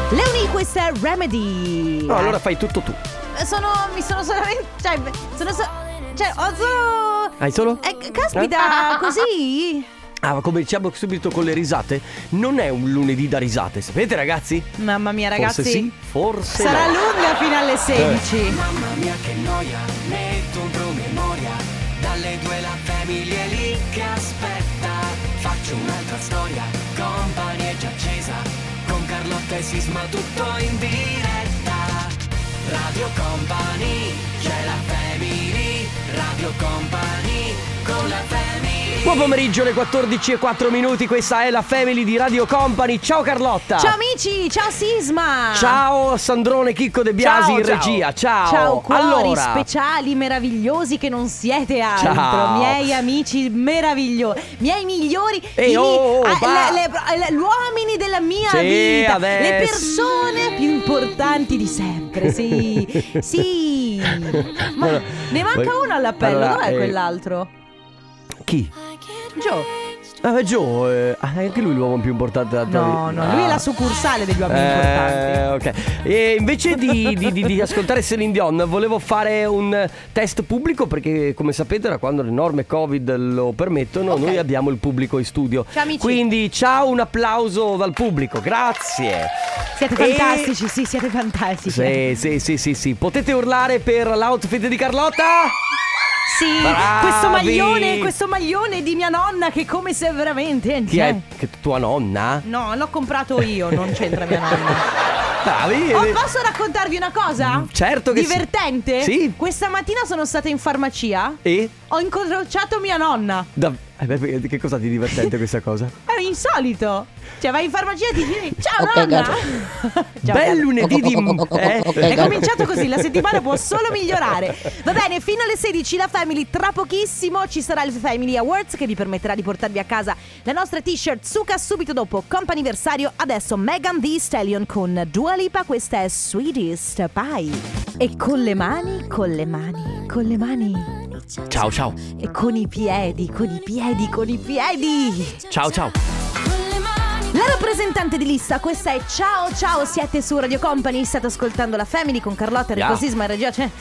Leonie, questa è Remedy. No, allora fai tutto tu. Mi sono solamente. Ho solo. Hai solo? Caspita, così? Ma cominciamo subito con le risate. Non è un lunedì da risate, sapete ragazzi? Mamma mia ragazzi, Forse sì, forse sarà no. lunga fino alle 16. Mamma mia che noia, metto un promemoria. Dalle 2 la famiglia è lì che aspetta. Faccio un'altra storia, Company è già accesa. Con Carlotta e Sisma tutto in diretta. Radio Company, c'è la family. Radio Company, con la family. Buon pomeriggio, alle 14:04. Questa è la family di Radio Company. Ciao Carlotta. Ciao amici, ciao Sisma. Ciao Sandrone Chicco De Biasi in regia. Ciao cuori allora, speciali meravigliosi che non siete altro. Ciao. Miei amici meravigliosi, miei migliori gli uomini della mia vita, adesso. le persone più importanti di sempre. Sì. Ma ne manca uno all'appello. Allora, dov'è quell'altro? chi? Joe. Joe, anche lui l'uomo più importante della tua vita. No, lui è la succursale degli uomini importanti. Ok. E invece di ascoltare Celine Dion, volevo fare un test pubblico perché, come sapete, da quando le norme Covid lo permettono, noi abbiamo il pubblico in studio. Ciao amici. Quindi ciao, un applauso dal pubblico, grazie. Siete fantastici, sì, siete fantastici. Sì. Potete urlare per l'outfit di Carlotta? Sì, Bravi. questo maglione di mia nonna che come se veramente. Chi è? Che tua nonna? No, l'ho comprato io, non c'entra mia nonna. Bravi. Posso raccontarvi una cosa? Certo che divertente? Sì. Questa mattina sono stata in farmacia E? ho incrociato mia nonna. Che cosa di divertente questa cosa? È insolito. Cioè vai in farmacia e dici ciao nonna. Ciao, Bel lunedì di È cominciato così, la settimana può solo migliorare. Va bene, fino alle 16 la Family. Tra pochissimo ci sarà il Family Awards che vi permetterà di portarvi a casa la nostra t-shirt Suka. Subito dopo Comp'anniversario. Adesso Megan Thee Stallion con Dua Lipa. Questa è Sweetest Pie. E con le mani. Ciao. E con i piedi. Ciao. La rappresentante di lista, questa è Ciao, siete su Radio Company, state ascoltando la Family con Carlotta, Enrico Sisma e regia. Sì.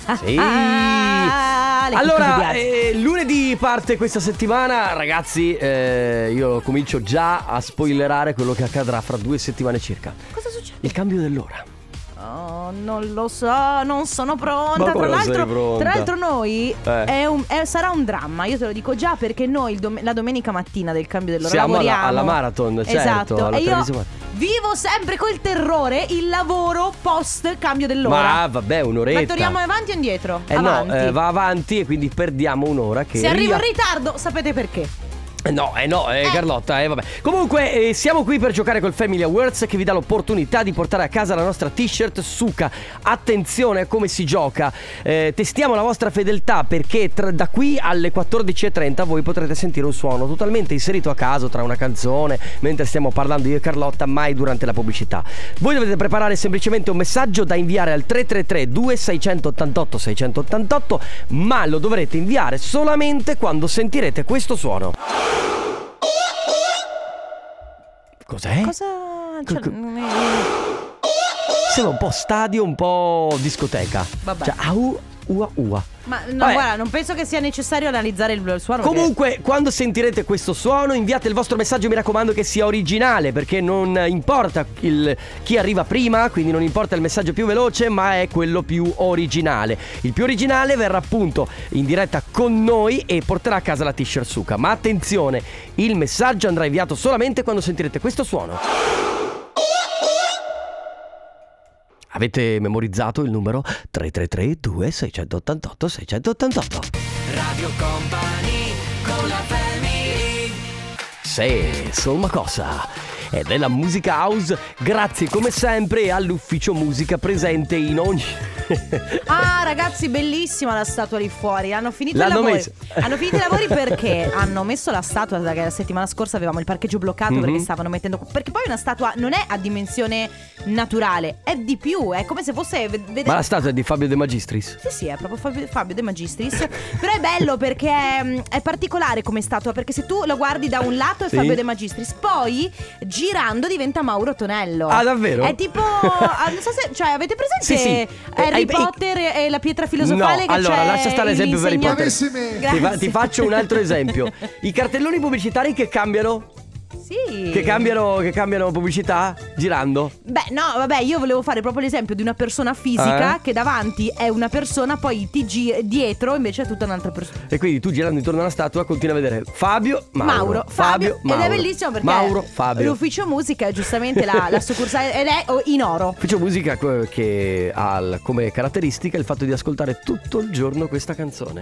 Le Allora, cucche di lunedì parte questa settimana, ragazzi, io comincio già a spoilerare quello che accadrà fra 2 settimane circa. Cosa succede? Il cambio dell'ora. Oh, non lo so, non sono pronta. Ma come non sei pronta? Tra l'altro noi sarà un dramma, io te lo dico già, perché noi la domenica mattina del cambio dell'ora siamo lavoriamo alla marathon, certo. Esatto, alla e io televisione. vivo sempre col terrore il lavoro post cambio dell'ora. Ma vabbè, un'oretta. Ma torniamo avanti o indietro? Avanti. No, va avanti e quindi perdiamo un'ora che se arrivo in ritardo sapete perché. No, Carlotta, vabbè. Comunque, siamo qui per giocare col Family Awards che vi dà l'opportunità di portare a casa la nostra t-shirt Suka. Attenzione a come si gioca. Testiamo la vostra fedeltà perché da qui alle 14:30 voi potrete sentire un suono totalmente inserito a caso tra una canzone, mentre stiamo parlando io e Carlotta, mai durante la pubblicità. Voi dovete preparare semplicemente un messaggio da inviare al 333 2688 688, ma lo dovrete inviare solamente quando sentirete questo suono. Cos'è? Sembra un po' stadio, un po' discoteca. Vabbè. Cioè, ua. Ma no, guarda, non penso che sia necessario analizzare il suono. Comunque, quando sentirete questo suono, inviate il vostro messaggio, mi raccomando che sia originale, perché non importa chi arriva prima, quindi non importa il messaggio più veloce, ma è quello più originale. Il più originale verrà appunto in diretta con noi e porterà a casa la t-shirt Suka. Ma attenzione, il messaggio andrà inviato solamente quando sentirete questo suono. Avete memorizzato il numero 333 2688 688. Radio Company con la family. Sì, sono una cosa. Ed è la musica house, grazie come sempre all'ufficio musica presente in ogni... Ah ragazzi, bellissima la statua lì fuori. Hanno finito i lavori perché hanno messo la statua, perché la settimana scorsa avevamo il parcheggio bloccato perché stavano mettendo, perché poi una statua non è a dimensione naturale, è di più, è come se fosse Ma la statua è di Fabio De Magistris? Sì, è proprio Fabio De Magistris. Però è bello perché è particolare come statua, perché se tu lo guardi da un lato è Fabio De Magistris, poi girando diventa Mauro Tonello. Ah, davvero? È tipo non so se, cioè, avete presente Sì. Harry Potter e la pietra filosofale? No, allora lascia stare l'esempio per Harry Potter. Grazie. Ti faccio un altro esempio. I cartelloni pubblicitari che cambiano. Sì. Che cambiano pubblicità girando. Beh, no, vabbè, io volevo fare proprio l'esempio di una persona fisica che davanti è una persona, poi ti dietro invece è tutta un'altra persona. E quindi tu girando intorno alla statua continui a vedere Fabio, Mauro, Fabio. Mauro. Ed è bellissimo perché Mauro, Fabio. l'ufficio musica è giustamente la succursale ed è in oro. Ufficio musica che ha come caratteristica il fatto di ascoltare tutto il giorno questa canzone.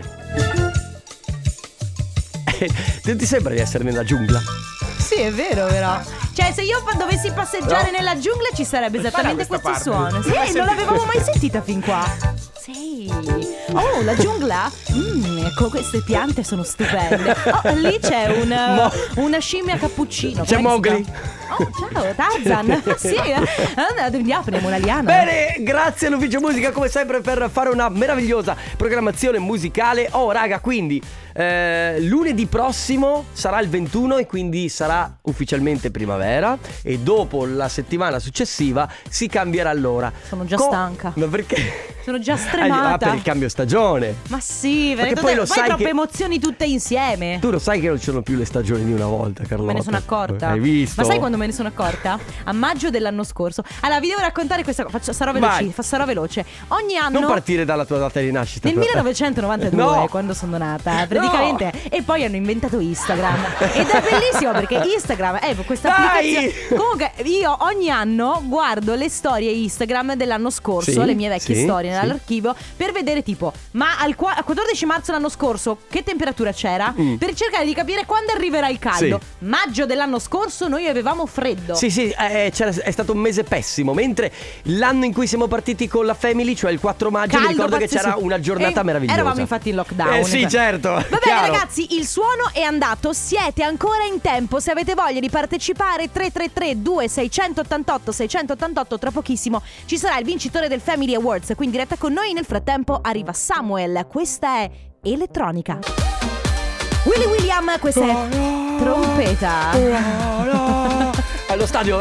Non ti sembra di essere nella giungla? Sì, è vero, però. Cioè, se io dovessi passeggiare nella giungla ci sarebbe esattamente questo suono. Sì, non l'avevamo mai sentita fin qua. Sì. Oh, la giungla? Ecco, queste piante sono stupende. Oh, lì c'è una scimmia cappuccino. C'è Mowgli. Oh, ciao, Tarzan. Sì, andiamo, prendiamo una liana. Bene, grazie all'Ufficio Musica come sempre per fare una meravigliosa programmazione musicale. Oh raga, quindi lunedì prossimo sarà il 21 e quindi sarà ufficialmente primavera. E dopo la settimana successiva si cambierà l'ora. Sono già stanca. Ma perché? Sono già stremata. Per il cambio stagione. Ma sì, perché poi lo sai troppe che emozioni tutte insieme. Tu lo sai che non ci sono più le stagioni di una volta, Carlotta. Me ne sono accorta. Hai visto? Ma sai quando me ne sono accorta? A maggio dell'anno scorso. Allora vi devo raccontare questa cosa. Sarò veloce. Ogni anno. Non partire dalla tua data di nascita. Nel 1992 no. Quando sono nata praticamente. No. E poi hanno inventato Instagram. Ed è bellissimo perché Instagram è questa applicazione. Comunque io ogni anno guardo le storie Instagram dell'anno scorso, sì, le mie vecchie storie nell'archivio, per vedere tipo ma al 14 marzo l'anno scorso che temperatura c'era, per cercare di capire quando arriverà il caldo. Maggio dell'anno scorso noi avevamo freddo. Sì, è stato un mese pessimo. Mentre l'anno in cui siamo partiti con la family, cioè il 4 maggio, mi ricordo che c'era una giornata meravigliosa. Eravamo infatti in lockdown. Sì, certo. Va bene ragazzi, il suono è andato. Siete ancora in tempo. Se avete voglia di partecipare, 333 2688 688. Tra pochissimo ci sarà il vincitore del Family Awards qui in diretta con noi. Nel frattempo arriva Samuel. Questa è Elettronica. Willy William, questa è trompeta. Allo stadio.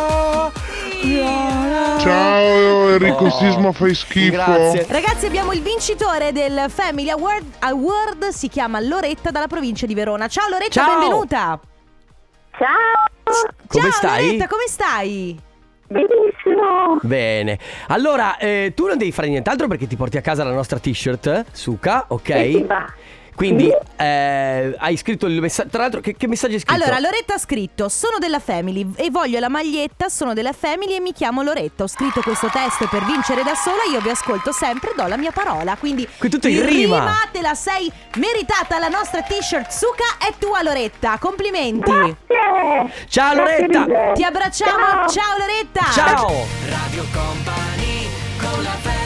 Ciao Enrico Sisma, fai schifo. Grazie. Ragazzi, abbiamo il vincitore del Family Award. Si chiama Loretta dalla provincia di Verona. Ciao Loretta, ciao. Benvenuta. Ciao. Come stai? Loretta, come stai? Benissimo. Bene. Allora, tu non devi fare nient'altro perché ti porti a casa la nostra t-shirt Suka, ok? Quindi hai scritto il messaggio. Tra l'altro, che messaggio hai scritto? Allora, Loretta ha scritto: sono della Family e voglio la maglietta. Sono della Family e mi chiamo Loretta. Ho scritto questo testo per vincere da sola. Io vi ascolto sempre, do la mia parola. Quindi tutto in rima. Te la sei meritata. La nostra t-shirt Suka è tua, Loretta. Complimenti. Grazie. Ciao Loretta. Ti abbracciamo. Ciao Loretta. Ciao. Radio Company con la family.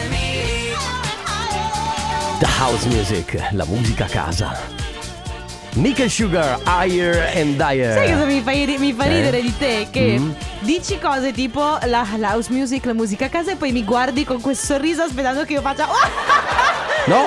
The House Music, la musica a casa. Nickel Sugar, Higher and Higher. Sai cosa mi fa ridere di te? Che dici cose tipo la house music, la musica a casa, e poi mi guardi con questo sorriso aspettando che io faccia No,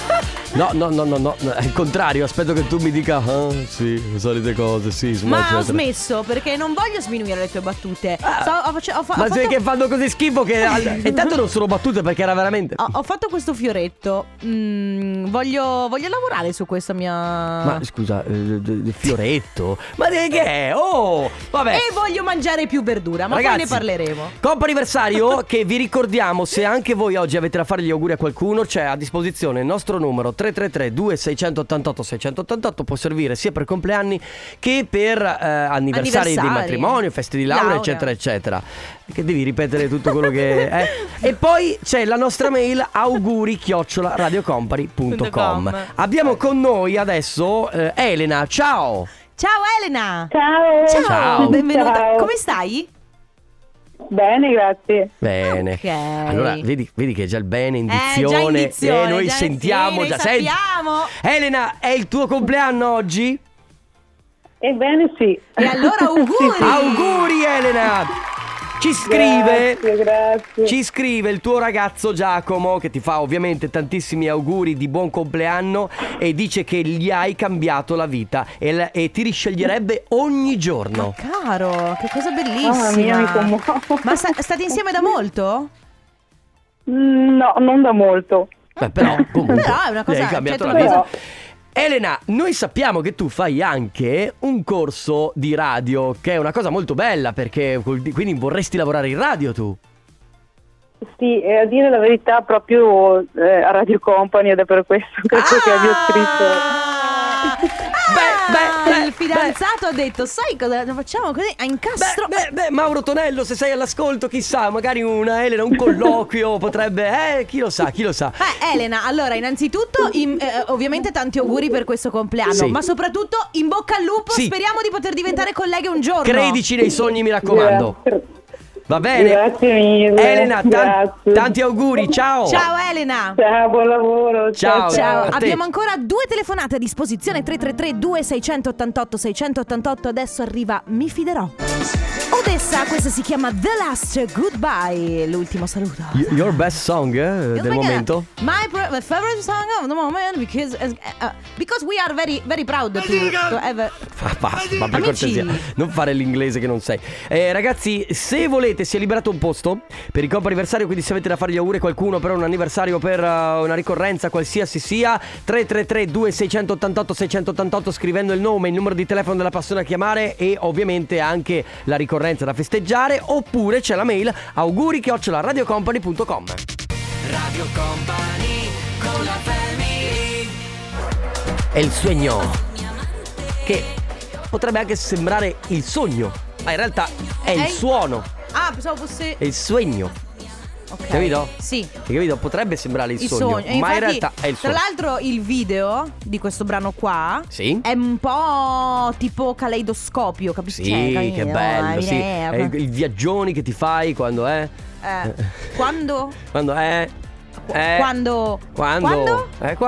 al contrario, aspetto che tu mi dica sì, le solite cose, sì, ma ho smesso perché non voglio sminuire le tue battute. Ma sai che fanno così schifo che e tanto non sono battute perché era veramente ho fatto questo fioretto. Voglio lavorare su questa mia. Ma scusa, fioretto? Ma che è? Oh, vabbè. E voglio mangiare più verdura, ma ragazzi, poi ne parleremo. Compo anniversario che vi ricordiamo, se anche voi oggi avete da fare gli auguri a qualcuno, c'è a disposizione il nostro numero 333 2688 688. Può servire sia per compleanni che per anniversari di matrimonio, feste di laurea, eccetera eccetera. Che devi ripetere tutto quello che è. E poi c'è la nostra mail auguri@radiocompany.com. Abbiamo con noi adesso Elena. Ciao. Ciao Elena. Ciao. Benvenuta. Ciao. Come stai? Bene, grazie. Bene. Okay. Allora, vedi che è già il bene, indizione. E noi già sentiamo, già sappiamo. Elena, è il tuo compleanno oggi? Ebbene sì. E allora auguri. Auguri Elena. Ci scrive Grazie. Ci scrive il tuo ragazzo Giacomo, che ti fa ovviamente tantissimi auguri di buon compleanno e dice che gli hai cambiato la vita e ti risceglierebbe ogni giorno. Caro, che cosa bellissima. Mamma mia, mi commuovo. Ma state insieme da molto? No, non da molto. Beh, però comunque Però è una cosa- gli hai cambiato cioè, la tu- vita. Però, Elena, noi sappiamo che tu fai anche un corso di radio, che è una cosa molto bella, perché quindi vorresti lavorare in radio tu. sì, a dire la verità proprio a Radio Company, ed è per questo che vi ho scritto. Beh, il fidanzato ha detto: sai cosa facciamo così? A incastro. Beh, Mauro Tonello, se sei all'ascolto, chissà, magari una Elena, un colloquio potrebbe, chi lo sa. Elena, allora innanzitutto ovviamente tanti auguri per questo compleanno, Sì. ma soprattutto in bocca al lupo. Sì. Speriamo di poter diventare colleghe un giorno. Credici nei sogni, mi raccomando. Grazie. Va bene? Grazie mille. Elena, Grazie. tanti auguri, ciao. Ciao Elena. Ciao, buon lavoro. Ciao. Ciao, A te. abbiamo ancora 2 telefonate a disposizione. 333 2688 688. Adesso arriva Mi fiderò. Odessa, questa si chiama The Last Goodbye. L'ultimo saluto. Your best song del momento? My favorite song of the moment because we are very very proud to have Basta, ma per Amici. cortesia, non fare l'inglese che non sei. Ragazzi, se volete, si è liberato un posto per il comp'anniversario, quindi se avete da fare gli auguri a qualcuno per un anniversario, per una ricorrenza qualsiasi sia, 333 2688 688, scrivendo il nome, il numero di telefono della persona a chiamare e ovviamente anche la ricorrenza da festeggiare, oppure c'è la mail auguri@radiocompany.com. Radio Company con la family. È il sogno, che potrebbe anche sembrare il sogno, ma in realtà è il suono, Ah, pensavo fosse è il sogno. ok. Capito? Sì. Hai capito? Potrebbe sembrare il sogno, E ma in infatti, realtà è il tra sogno. l'altro il video di questo brano qua Sì. è un po' tipo caleidoscopio, capisci? Sì, che bello, sì. È il viaggioni che ti fai quando è Quando? Quando è Quando? Quando?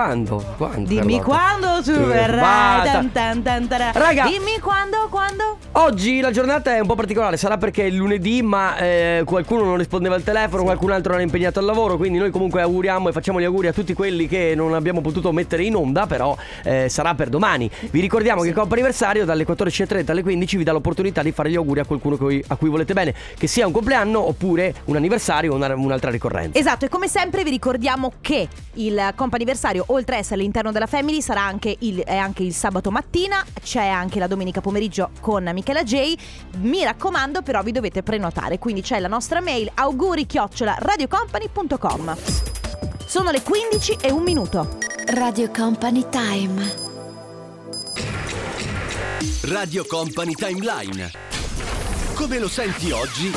Dimmi Carlotta? quando tu verrai. Basta. Tan, tan, tan, tan. Raga. Dimmi quando? Oggi la giornata è un po' particolare, sarà perché è lunedì, ma qualcuno non rispondeva al telefono, qualcun altro era impegnato al lavoro, quindi noi comunque auguriamo e facciamo gli auguri a tutti quelli che non abbiamo potuto mettere in onda, però sarà per domani. Vi ricordiamo che il comp'anniversario dalle 14:30 alle 15 vi dà l'opportunità di fare gli auguri a qualcuno a cui volete bene, che sia un compleanno oppure un anniversario o un'altra ricorrenza. Esatto, e come sempre vi ricordiamo che il comp'anniversario, oltre a essere all'interno della Family, sarà anche il sabato mattina, c'è anche la domenica pomeriggio con Michela J. Mi raccomando, però vi dovete prenotare, quindi c'è la nostra mail auguri@radiocompany.com. Sono le 15:01. Radio Company Time. Radio Company Timeline. Come lo senti oggi?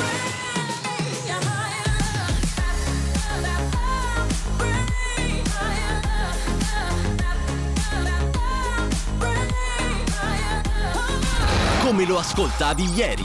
Come lo ascoltavi ieri?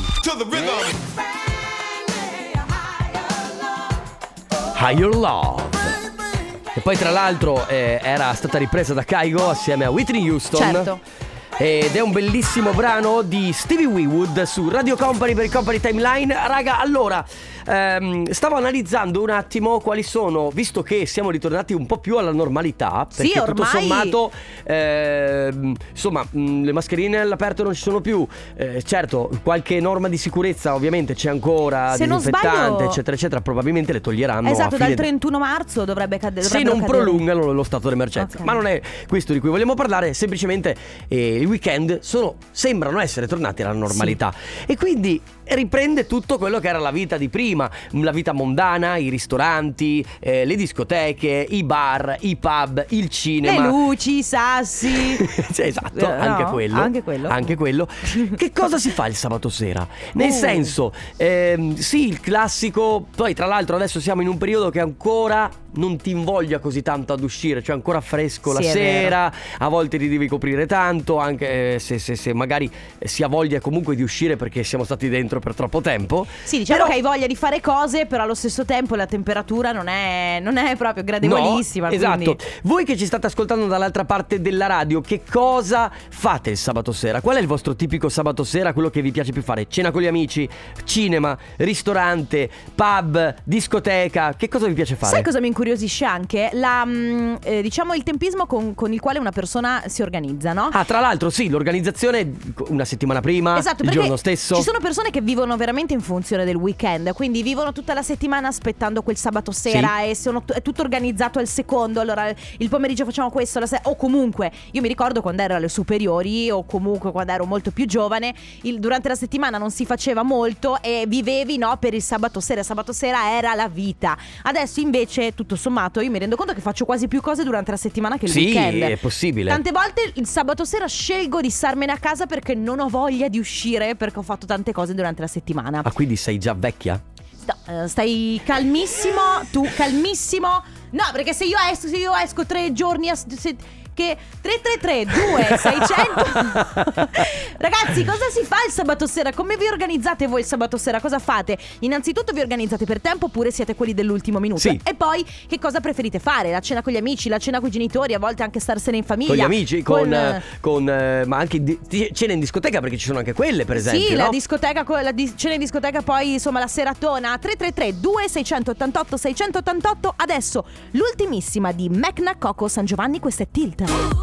Higher Love. E poi tra l'altro era stata ripresa da Kygo assieme a Whitney Houston. Certo. Ed è un bellissimo brano di Stevie Winwood su Radio Company per il Company Timeline. Raga, allora stavo analizzando un attimo quali sono, visto che siamo ritornati un po' più alla normalità, Sì, perché tutto ormai. sommato insomma le mascherine all'aperto non ci sono più, certo qualche norma di sicurezza ovviamente c'è ancora, Se non disinfettante sbaglio- eccetera eccetera, probabilmente le toglieranno Esatto, a dal fine 31 marzo dovrebbe cadere. se non prolungano lo stato d'emergenza. Ok. Ma non è questo di cui vogliamo parlare, semplicemente i weekend sembrano essere tornati alla normalità. E quindi riprende tutto quello che era la vita di prima, la vita mondana, i ristoranti, le discoteche, i bar, i pub, il cinema. Le luci, i sassi. Sì, esatto, No, anche quello. anche quello. Che cosa si fa il sabato sera? Nel senso, sì, il classico. Poi tra l'altro adesso siamo in un periodo che ancora non ti invoglia così tanto ad uscire, cioè ancora fresco la Sì, è sera, a volte ti devi coprire tanto, anche se magari si ha voglia comunque di uscire perché siamo stati dentro incontro per troppo tempo. Sì, diciamo Però- che hai voglia di fare cose, però allo stesso tempo la temperatura non è proprio gradevolissima. No, esatto. quindi- Voi che ci state ascoltando dall'altra parte della radio, che cosa fate il sabato sera? Qual è il vostro tipico sabato sera, quello che vi piace più fare? Cena con gli amici, cinema, ristorante, pub, discoteca? Che cosa vi piace fare? Sai cosa mi incuriosisce anche? Diciamo il tempismo con il quale una persona si organizza, no? Ah, tra l'altro sì, l'organizzazione una settimana prima, Esatto, il perché giorno stesso. ci sono persone che vivono veramente in funzione del weekend, quindi vivono tutta la settimana aspettando quel sabato sera e è tutto organizzato al secondo. Allora il pomeriggio facciamo questo, la sera, o comunque io mi ricordo quando ero alle superiori o comunque quando ero molto più giovane, durante la settimana non si faceva molto e vivevi, no, per il sabato sera. Il sabato sera era la vita. Adesso invece tutto sommato io mi rendo conto che faccio quasi più cose durante la settimana che il weekend. Sì, è possibile. Tante volte il sabato sera scelgo di starmene a casa perché non ho voglia di uscire, perché ho fatto tante cose durante la settimana. Ah, quindi sei già vecchia? Stai calmissimo, tu calmissimo. No, perché se io esco 3 giorni che 333 2600 Ragazzi, cosa si fa il sabato sera? Come vi organizzate voi il sabato sera? Cosa fate? Innanzitutto vi organizzate per tempo oppure siete quelli dell'ultimo minuto? Sì. E poi che cosa preferite fare? La cena con gli amici, la cena con i genitori, a volte anche starsene in famiglia. Con gli amici, ma anche cene in discoteca, perché ci sono anche quelle, per esempio. Sì, no? la discoteca, cena in discoteca, poi insomma la seratona. 333 2688 688. Adesso l'ultimissima di Mecna Coco San Giovanni, questa è Tilt.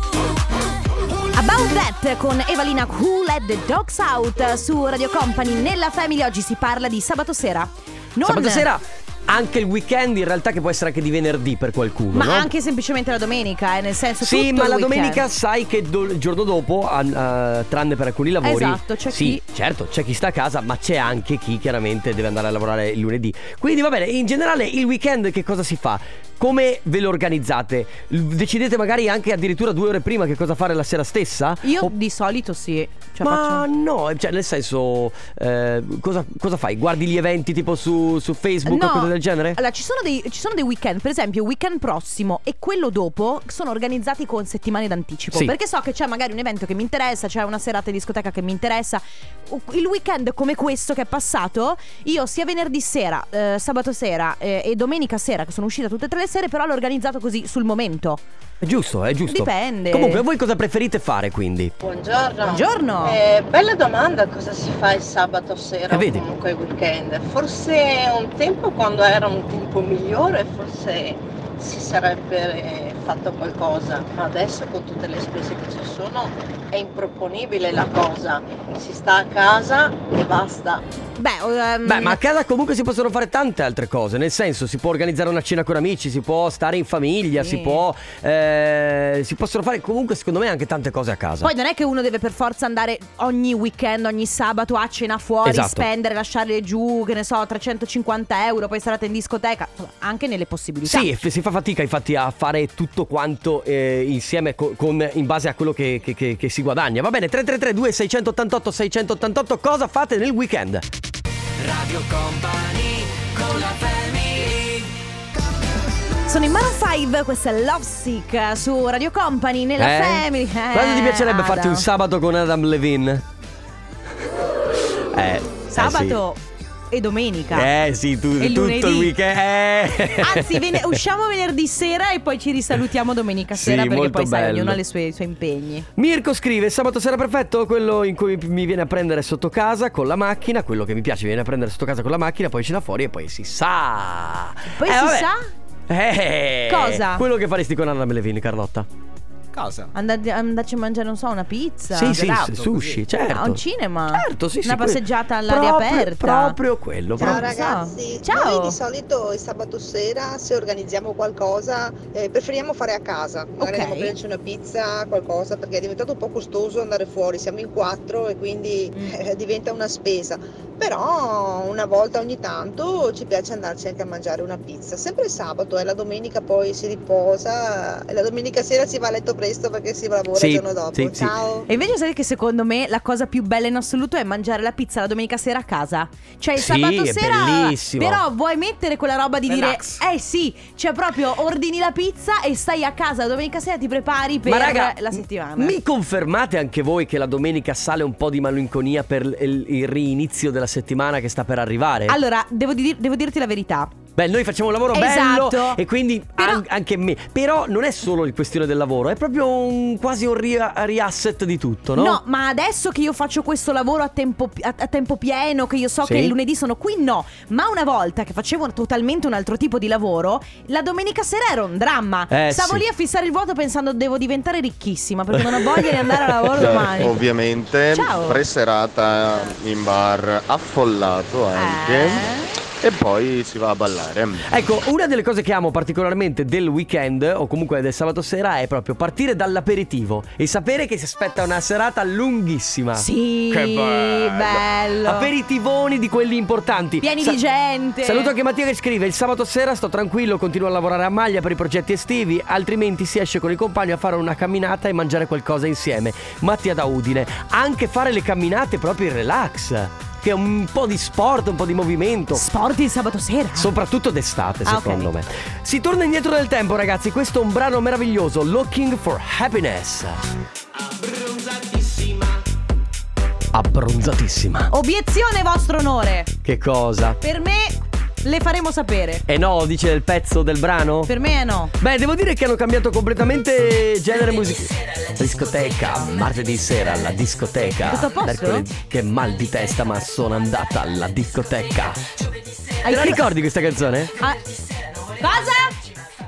About That con Evalina, Who Let the Dogs Out su Radio Company. Nella Family oggi si parla di sabato sera. Sabato sera, anche il weekend in realtà, che può essere anche di venerdì per qualcuno, ma no? anche semplicemente la domenica, nel senso sì, tutto ma la il weekend. domenica sai che il giorno dopo, tranne per alcuni lavori, esatto, c'è sì, chi... certo, c'è chi sta a casa, ma c'è anche chi chiaramente deve andare a lavorare il lunedì. Quindi va bene, in generale il weekend che cosa si fa? Come ve lo organizzate? Decidete magari anche addirittura 2 ore prima che cosa fare la sera stessa? Io di solito sì, cioè ma faccio... no, cioè nel senso, cosa fai? Guardi gli eventi tipo su Facebook o cose del genere? Allora ci sono dei weekend, per esempio il weekend prossimo e quello dopo sono organizzati con settimane d'anticipo, sì. Perché so che c'è magari un evento che mi interessa, c'è una serata di discoteca che mi interessa. Il weekend come questo che è passato, io sia venerdì sera, sabato sera e domenica sera, che sono uscita tutte e 3 le sere, però l'ho organizzato così sul momento. È giusto. Dipende. Comunque, voi cosa preferite fare quindi? Buongiorno. Buongiorno. Bella domanda, cosa si fa il sabato sera o vedi? comunque il weekend? Forse un tempo, quando era un tempo migliore, forse si sarebbe fatto qualcosa, ma adesso con tutte le spese che ci sono è improponibile la cosa, si sta a casa e basta. Beh, ma a casa comunque si possono fare tante altre cose. Nel senso, si può organizzare una cena con amici, si può stare in famiglia, Sì. si possono fare comunque secondo me anche tante cose a casa. poi non è che uno deve per forza andare ogni weekend, ogni sabato a cena fuori, Esatto. spendere, lasciare giù, che ne so, 350 euro, poi sarete in discoteca. Insomma, anche nelle possibilità. Sì, si fa fatica infatti a fare tutto quanto insieme in base a quello che si guadagna. Va bene, 333 2688 688, cosa fate nel weekend? Radio Company con la family. Sono in Maroon 5, questa è Love Sick su Radio Company nella Family. Quando ti piacerebbe farti un sabato con Adam Levine? Sabato e domenica. Sì, E tutto lunedì. il weekend. Anzi, usciamo venerdì sera e poi ci risalutiamo domenica sera, perché molto poi sai, bello. ognuno ha i suoi impegni. Mirko scrive: sabato sera perfetto, quello in cui mi viene a prendere sotto casa con la macchina. Quello che mi piace, mi viene a prendere sotto casa con la macchina, poi ci da fuori e poi si sa. Poi si vabbè. sa? Cosa? Quello che faresti con Adam Levine, Carlotta. Cosa? Andarci a mangiare, non so, una pizza. Sì, gelato, sushi, certo. A un cinema. Certo, sì, Una sì, passeggiata all'aria aperta. Proprio quello. Ciao proprio. ragazzi, Ciao. noi di solito il sabato sera, se organizziamo qualcosa, preferiamo fare a casa, magari Ok. andiamo a prenderci una pizza, qualcosa, perché è diventato un po' costoso andare fuori, siamo in 4 e quindi diventa una spesa, però una volta ogni tanto ci piace andarci anche a mangiare una pizza, sempre il sabato, la domenica poi si riposa e la domenica sera si va a letto presto perché si lavora Sì, il giorno dopo. sì, sì. Ciao. E invece sai che secondo me la cosa più bella in assoluto è mangiare la pizza la domenica sera a casa. Cioè il Sì, sabato è sera bellissimo. però vuoi mettere quella roba di Relax. dire sì, cioè proprio ordini la pizza e stai a casa la domenica sera, ti prepari per Ma raga, la settimana. mi confermate anche voi che la domenica sale un po' di malinconia per il rinizio della settimana che sta per arrivare? Allora, devo dirti la verità. Beh, noi facciamo un lavoro Esatto. bello e quindi Però- anche me. Però non è solo il questione del lavoro, è proprio quasi un reasset di tutto, no? No, ma adesso che io faccio questo lavoro a tempo pieno, che io so Sì. che il lunedì sono qui, no. Ma una volta che facevo totalmente un altro tipo di lavoro, la domenica sera era un dramma. Stavo sì. lì a fissare il vuoto pensando devo diventare ricchissima perché non ho voglia di andare a lavoro domani. Ovviamente Ciao. preserata in bar affollato anche. E poi si va a ballare. Ecco, una delle cose che amo particolarmente del weekend o comunque del sabato sera è proprio partire dall'aperitivo e sapere che si aspetta una serata lunghissima. Sì, Che bello. Aperitivoni di quelli importanti. Pieni di gente. Saluto anche Mattia che scrive: il sabato sera sto tranquillo, continuo a lavorare a maglia per i progetti estivi, altrimenti si esce con il compagno a fare una camminata e mangiare qualcosa insieme. Mattia da Udine. Anche fare le camminate proprio in relax, che è un po' di sport, un po' di movimento. Sport il sabato sera. Soprattutto d'estate, Ah, secondo ok. me. Si torna indietro nel tempo, ragazzi. Questo è un brano meraviglioso, Looking for Happiness. Abbronzatissima. Obiezione, vostro onore. Che cosa? Per me le faremo sapere. E no, dice il pezzo del brano? Per me è no. Beh, devo dire che hanno cambiato completamente genere musicale. Discoteca, martedì sera alla discoteca. Tutto a posto? Mercoledì, che mal di testa, ma sono andata alla discoteca. Te la ricordi questa canzone? Cosa?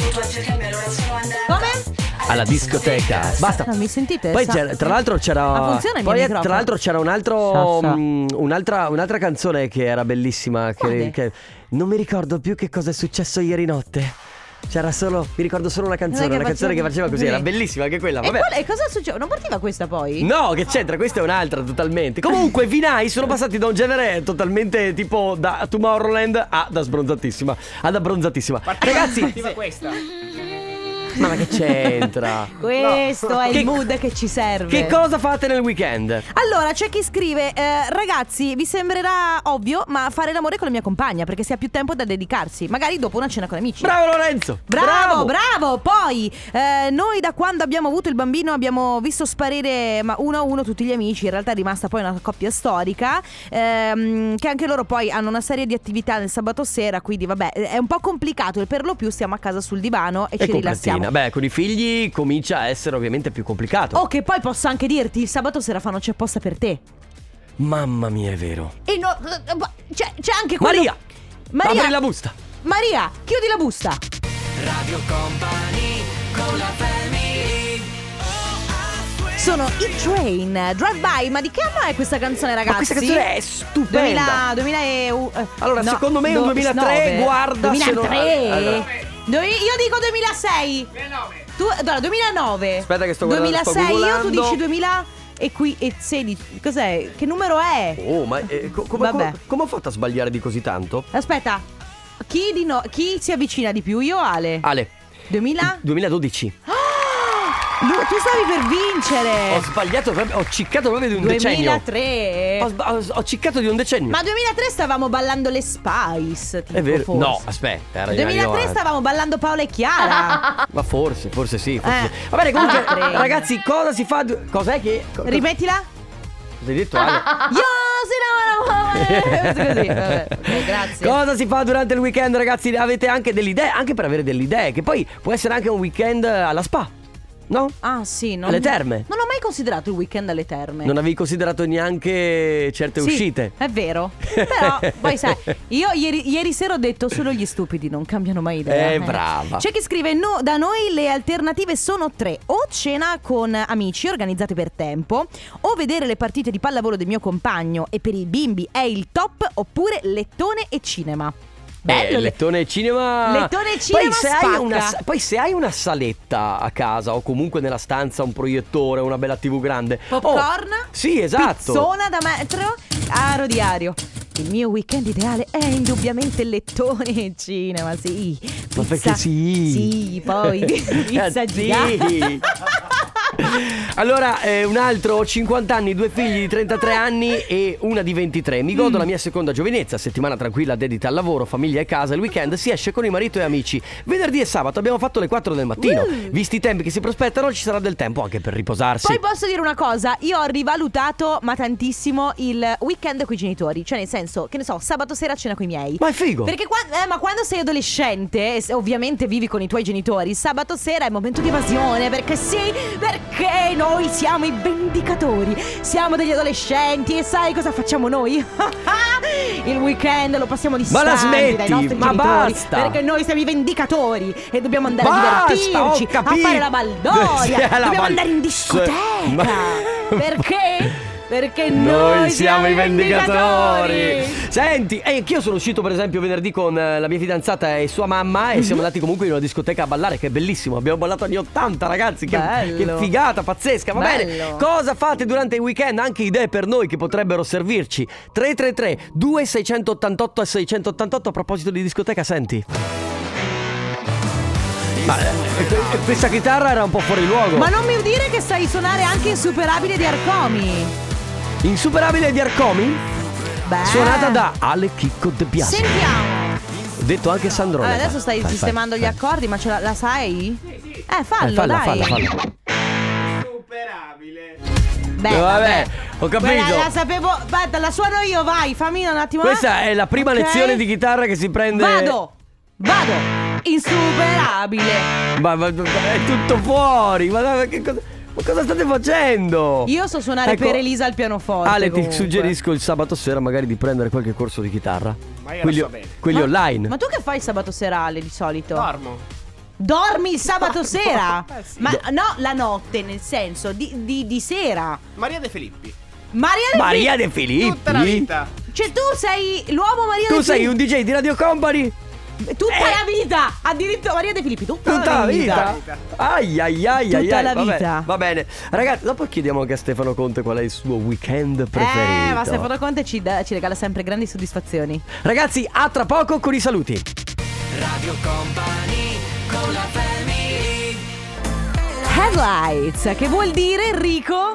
Come? Alla discoteca. Basta. Non mi sentite? Poi tra l'altro c'era. Ma funziona il mio poi microfono? tra l'altro c'era un altro. Un'altra canzone che era bellissima. Quale? Che non mi ricordo più che cosa è successo ieri notte. C'era solo. Mi ricordo solo una canzone. Una canzone che faceva così. Era bellissima anche quella. Vabbè. E cosa succede? Non partiva questa poi? No, che c'entra? Questa è un'altra totalmente. Comunque, Vinai sono passati da un genere totalmente tipo da Tomorrowland a da sbronzatissima. Ad abbronzatissima. Ragazzi, Partiva questa. ma che c'entra? Questo è il mood che ci serve. Che cosa fate nel weekend? Allora, c'è chi scrive: ragazzi, vi sembrerà ovvio, ma fare l'amore con la mia compagna perché si ha più tempo da dedicarsi. Magari dopo una cena con amici. Bravo Lorenzo! Bravo. Poi noi da quando abbiamo avuto il bambino abbiamo visto sparire uno a uno tutti gli amici. In realtà è rimasta poi una coppia storica, che anche loro poi hanno una serie di attività nel sabato sera. Quindi vabbè, è un po' complicato. Per lo più stiamo a casa sul divano e ci rilassiamo. Beh, con i figli comincia a essere ovviamente più complicato. Oh, che poi posso anche dirti, il sabato sera fanno c'è apposta per te. Mamma mia, è vero. E no, c'è anche quello. Maria, apri la busta. Maria, chiudi la busta. Radio Company con la family. Sono i Train, Drive By. Ma di che anno è questa canzone, ragazzi? Ma questa canzone è stupenda. 2000 Allora, secondo me è un 2003, guarda, se non- 2003? allora. Io dico 2006. 2009. Aspetta che sto guardando, 2006, sto io tu googolando. dici 2000 e qui e 16. Cos'è? Che numero è? Oh, ma Vabbè. come ho fatto a sbagliare di così tanto? Aspetta. Chi si avvicina di più? Io o Ale? Ale, 2012. Tu stavi per vincere. Ho sbagliato proprio, ho ciccato proprio di un decennio. 2003. Ho ciccato di un decennio. Ma 2003 stavamo ballando le Spice, tipo, È vero. forse. No, aspetta, era 2003 stavamo ballando Paola e Chiara. Ma forse sì. Va bene, comunque, ragazzi, cosa si fa? Cos'è che. Rimettila. Cosa hai detto, Ale? Così, vabbè. Ok, grazie. Cosa si fa durante il weekend, ragazzi? Avete anche delle idee? Anche per avere delle idee. Che poi può essere anche un weekend alla spa. No? Ah sì, Alle terme. Non ho mai considerato il weekend alle terme. Non avevi considerato neanche certe Sì, uscite. è vero. Però poi sai, io ieri sera ho detto solo gli stupidi non cambiano mai idea. Brava. C'è chi scrive: no, da noi le alternative sono 3: o cena con amici organizzate per tempo, o vedere le partite di pallavolo del mio compagno e per i bimbi è il top, oppure lettone e cinema. Bello, lettone e cinema. Lettone e cinema poi se hai una saletta a casa o comunque nella stanza un proiettore, una bella TV grande. popcorn. Sì, esatto. Pizzona da metro. Aro diario. Il mio weekend ideale è indubbiamente lettone e cinema, sì. Ma perché sì? Sì, poi pizza sì. Allora, un altro, ho 50 anni, 2 figli di 33 anni e una di 23. Mi godo la mia seconda giovinezza, settimana tranquilla dedita al lavoro, famiglia e casa. Il weekend si esce con il marito e amici. Venerdì e sabato abbiamo fatto le 4 del mattino. Visti i tempi che si prospettano, ci sarà del tempo anche per riposarsi. Poi posso dire una cosa, io ho rivalutato ma tantissimo il weekend coi genitori. Cioè nel senso, che ne so, sabato sera a cena coi miei. Ma è figo. Perché ma quando sei adolescente e ovviamente vivi con i tuoi genitori, sabato sera è momento di evasione. Perché sì, perché noi siamo i vendicatori. Siamo degli adolescenti e sai cosa facciamo noi? Il weekend lo passiamo distanti la smetti? dai nostri Ma genitori, basta. perché noi siamo i vendicatori e dobbiamo andare Basta, a divertirci, ho capito. a fare la baldoria, Sì, dobbiamo andare in discoteca. Perché? Perché noi siamo i vendicatori. Senti, anch'io sono uscito per esempio venerdì con la mia fidanzata e sua mamma e siamo andati comunque in una discoteca a ballare, che è bellissimo. Abbiamo ballato anni 80, ragazzi, che figata pazzesca. Va bene, cosa fate durante il weekend? Anche idee per noi che potrebbero servirci. 333 2688 e 688. A proposito di discoteca, senti, ma questa chitarra era un po' fuori luogo. Ma non mi dire che sai suonare anche Insuperabile di Arcomi. Insuperabile di Arcomi? Beh, suonata da Ale Chicco De Biasi. sentiamo. Ho detto anche Sandrone. Allora, adesso stai sistemando gli accordi, ma la sai? Sì. Fallo, dai. Falla. Beh, vabbè, ho capito. Quella la sapevo. Guarda, la suono io, vai, fammi un attimo. Questa è la prima lezione di chitarra che si prende. Vado. Insuperabile. Ma è tutto fuori. Ma cosa state facendo? Io so suonare per Elisa al pianoforte. Ale, comunque. ti suggerisco il sabato sera magari di prendere qualche corso di chitarra. Ma io quelli online. Ma tu che fai il sabato sera, Ale, di solito? Dormo. Dormi il sabato sera? Sì. Ma no, la notte, nel senso di sera. Maria De Filippi. Maria De Filippi? Tutta la vita. Cioè tu sei l'uomo Maria De Filippi. Tu sei un DJ di Radio Company? Tutta la vita. Addirittura Maria De Filippi. Tutta la vita. Ai. Tutta la Vabbè, vita. va bene. Ragazzi, dopo chiediamo anche a Stefano Conte qual è il suo weekend preferito. Ma Stefano Conte ci regala sempre grandi soddisfazioni. Ragazzi, a tra poco con i saluti. Radio Company con la family. Headlights, che vuol dire, Enrico?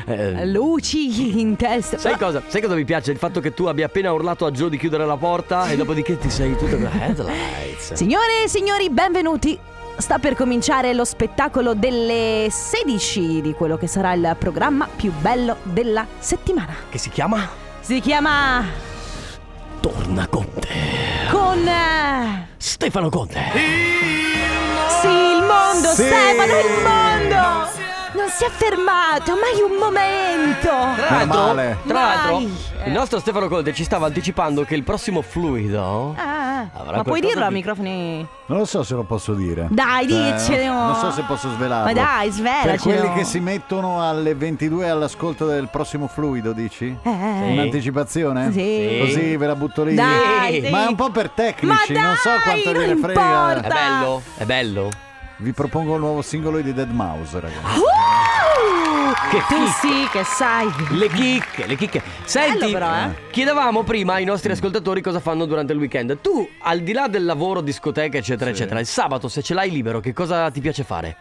Luci in testa. Sai cosa mi piace? Il fatto che tu abbia appena urlato a Joe di chiudere la porta e dopodiché ti sei tutto Headlights. Signore e signori, benvenuti. Sta per cominciare lo spettacolo delle 16 di quello che sarà il programma più bello della settimana. Che si chiama? Si chiama Torna Conte con Stefano Conte. Sì, il mondo, Sì. Stefano, il mondo non si è fermato, mai un momento. Tra l'altro, Mai. il nostro Stefano Conte ci stava anticipando che il prossimo fluido Ma puoi qualcosa dirlo a di- microfoni? Non lo so se lo posso dire. Dai, dicelo. Non so se posso svelarlo. Ma dai, Per svelacelo. quelli che si mettono alle 22 all'ascolto del prossimo fluido, dici? Un'anticipazione? Sì. Così ve la butto lì. Dai, sì. Ma è un po' per tecnici, Ma non so dai, quanto non gliene frega. importa. È bello. Vi propongo il nuovo singolo di Deadmau5, ragazzi. Che Tu chicche. sì che sai. Le chicche. Senti, Bello però, chiedevamo prima ai nostri ascoltatori cosa fanno durante il weekend. Tu, al di là del lavoro, discoteca, eccetera, eccetera, il sabato, se ce l'hai libero, che cosa ti piace fare?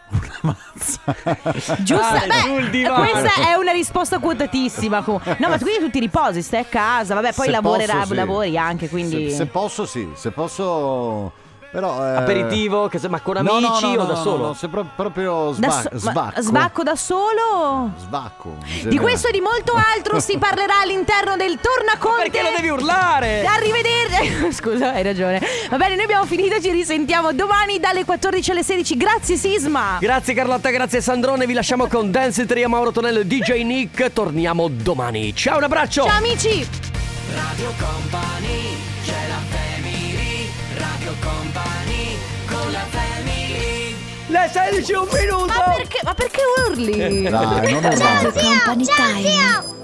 Giusta, sul divano. questa è una risposta quotatissima. No, ma tu quindi tu ti riposi, stai a casa, vabbè, poi Se lavori, posso, sì. lavori anche, quindi. Se posso, sì. Se posso. Però. Aperitivo, ma con amici o da solo? No, se proprio Ma svacco. svacco da solo? Svacco. in Di generale. questo e di molto altro si parlerà all'interno del Tornaconte. Perché lo devi urlare? Arrivederci. Scusa, hai ragione. Va bene, noi abbiamo finito, ci risentiamo domani dalle 14 alle 16. Grazie Sisma. Grazie Carlotta, grazie Sandrone. Vi lasciamo con Dance Tria, Mauro Tonello e DJ Nick. Torniamo domani. Ciao, un abbraccio. Ciao amici. Radio Company, c'è la family. Radio Company con la family. Le 16 un minuto. Ma perché urli? Dai, non urlate. Radio Company Time.